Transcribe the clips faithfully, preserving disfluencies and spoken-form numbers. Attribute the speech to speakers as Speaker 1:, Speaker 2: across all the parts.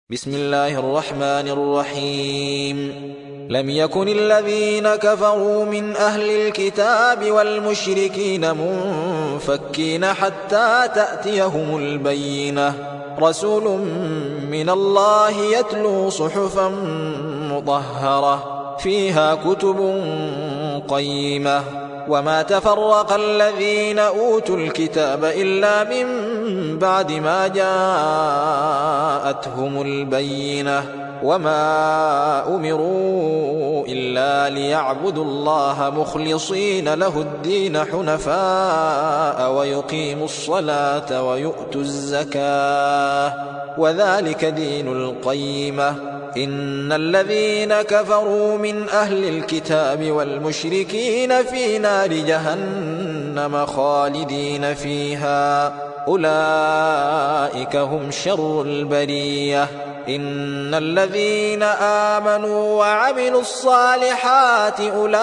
Speaker 1: بسم الله الرحمن الرحيم لم يكن الذين كفروا من أهل الكتاب والمشركين منفكين حتى تأتيهم البينة رسول من الله يتلو صحفا مطهرة فيها كتب قيمة وما تفرق الذين أوتوا الكتاب إلا من بعد ما جاءتهم البينة وما أمروا إلا ليعبدوا الله مخلصين له الدين حنفاء ويقيموا الصلاة ويؤتوا الزكاة وذلك دين القيمة إن الذين كفروا من أهل الكتاب والمشركين في نار جهنم خالدين فيها أولئك هم شر البرية إن الذين آمنوا وعملوا الصالحات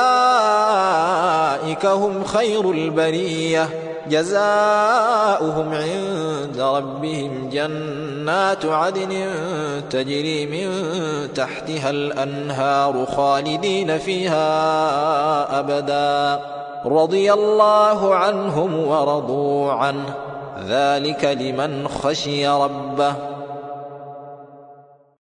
Speaker 1: أولئك هم خير البرية جزاؤهم عند ربهم جنات عدن تجري من تحتها الأنهار خالدين فيها أبدا رضي الله عنهم ورضوا عنه ذلك لمن خشي ربه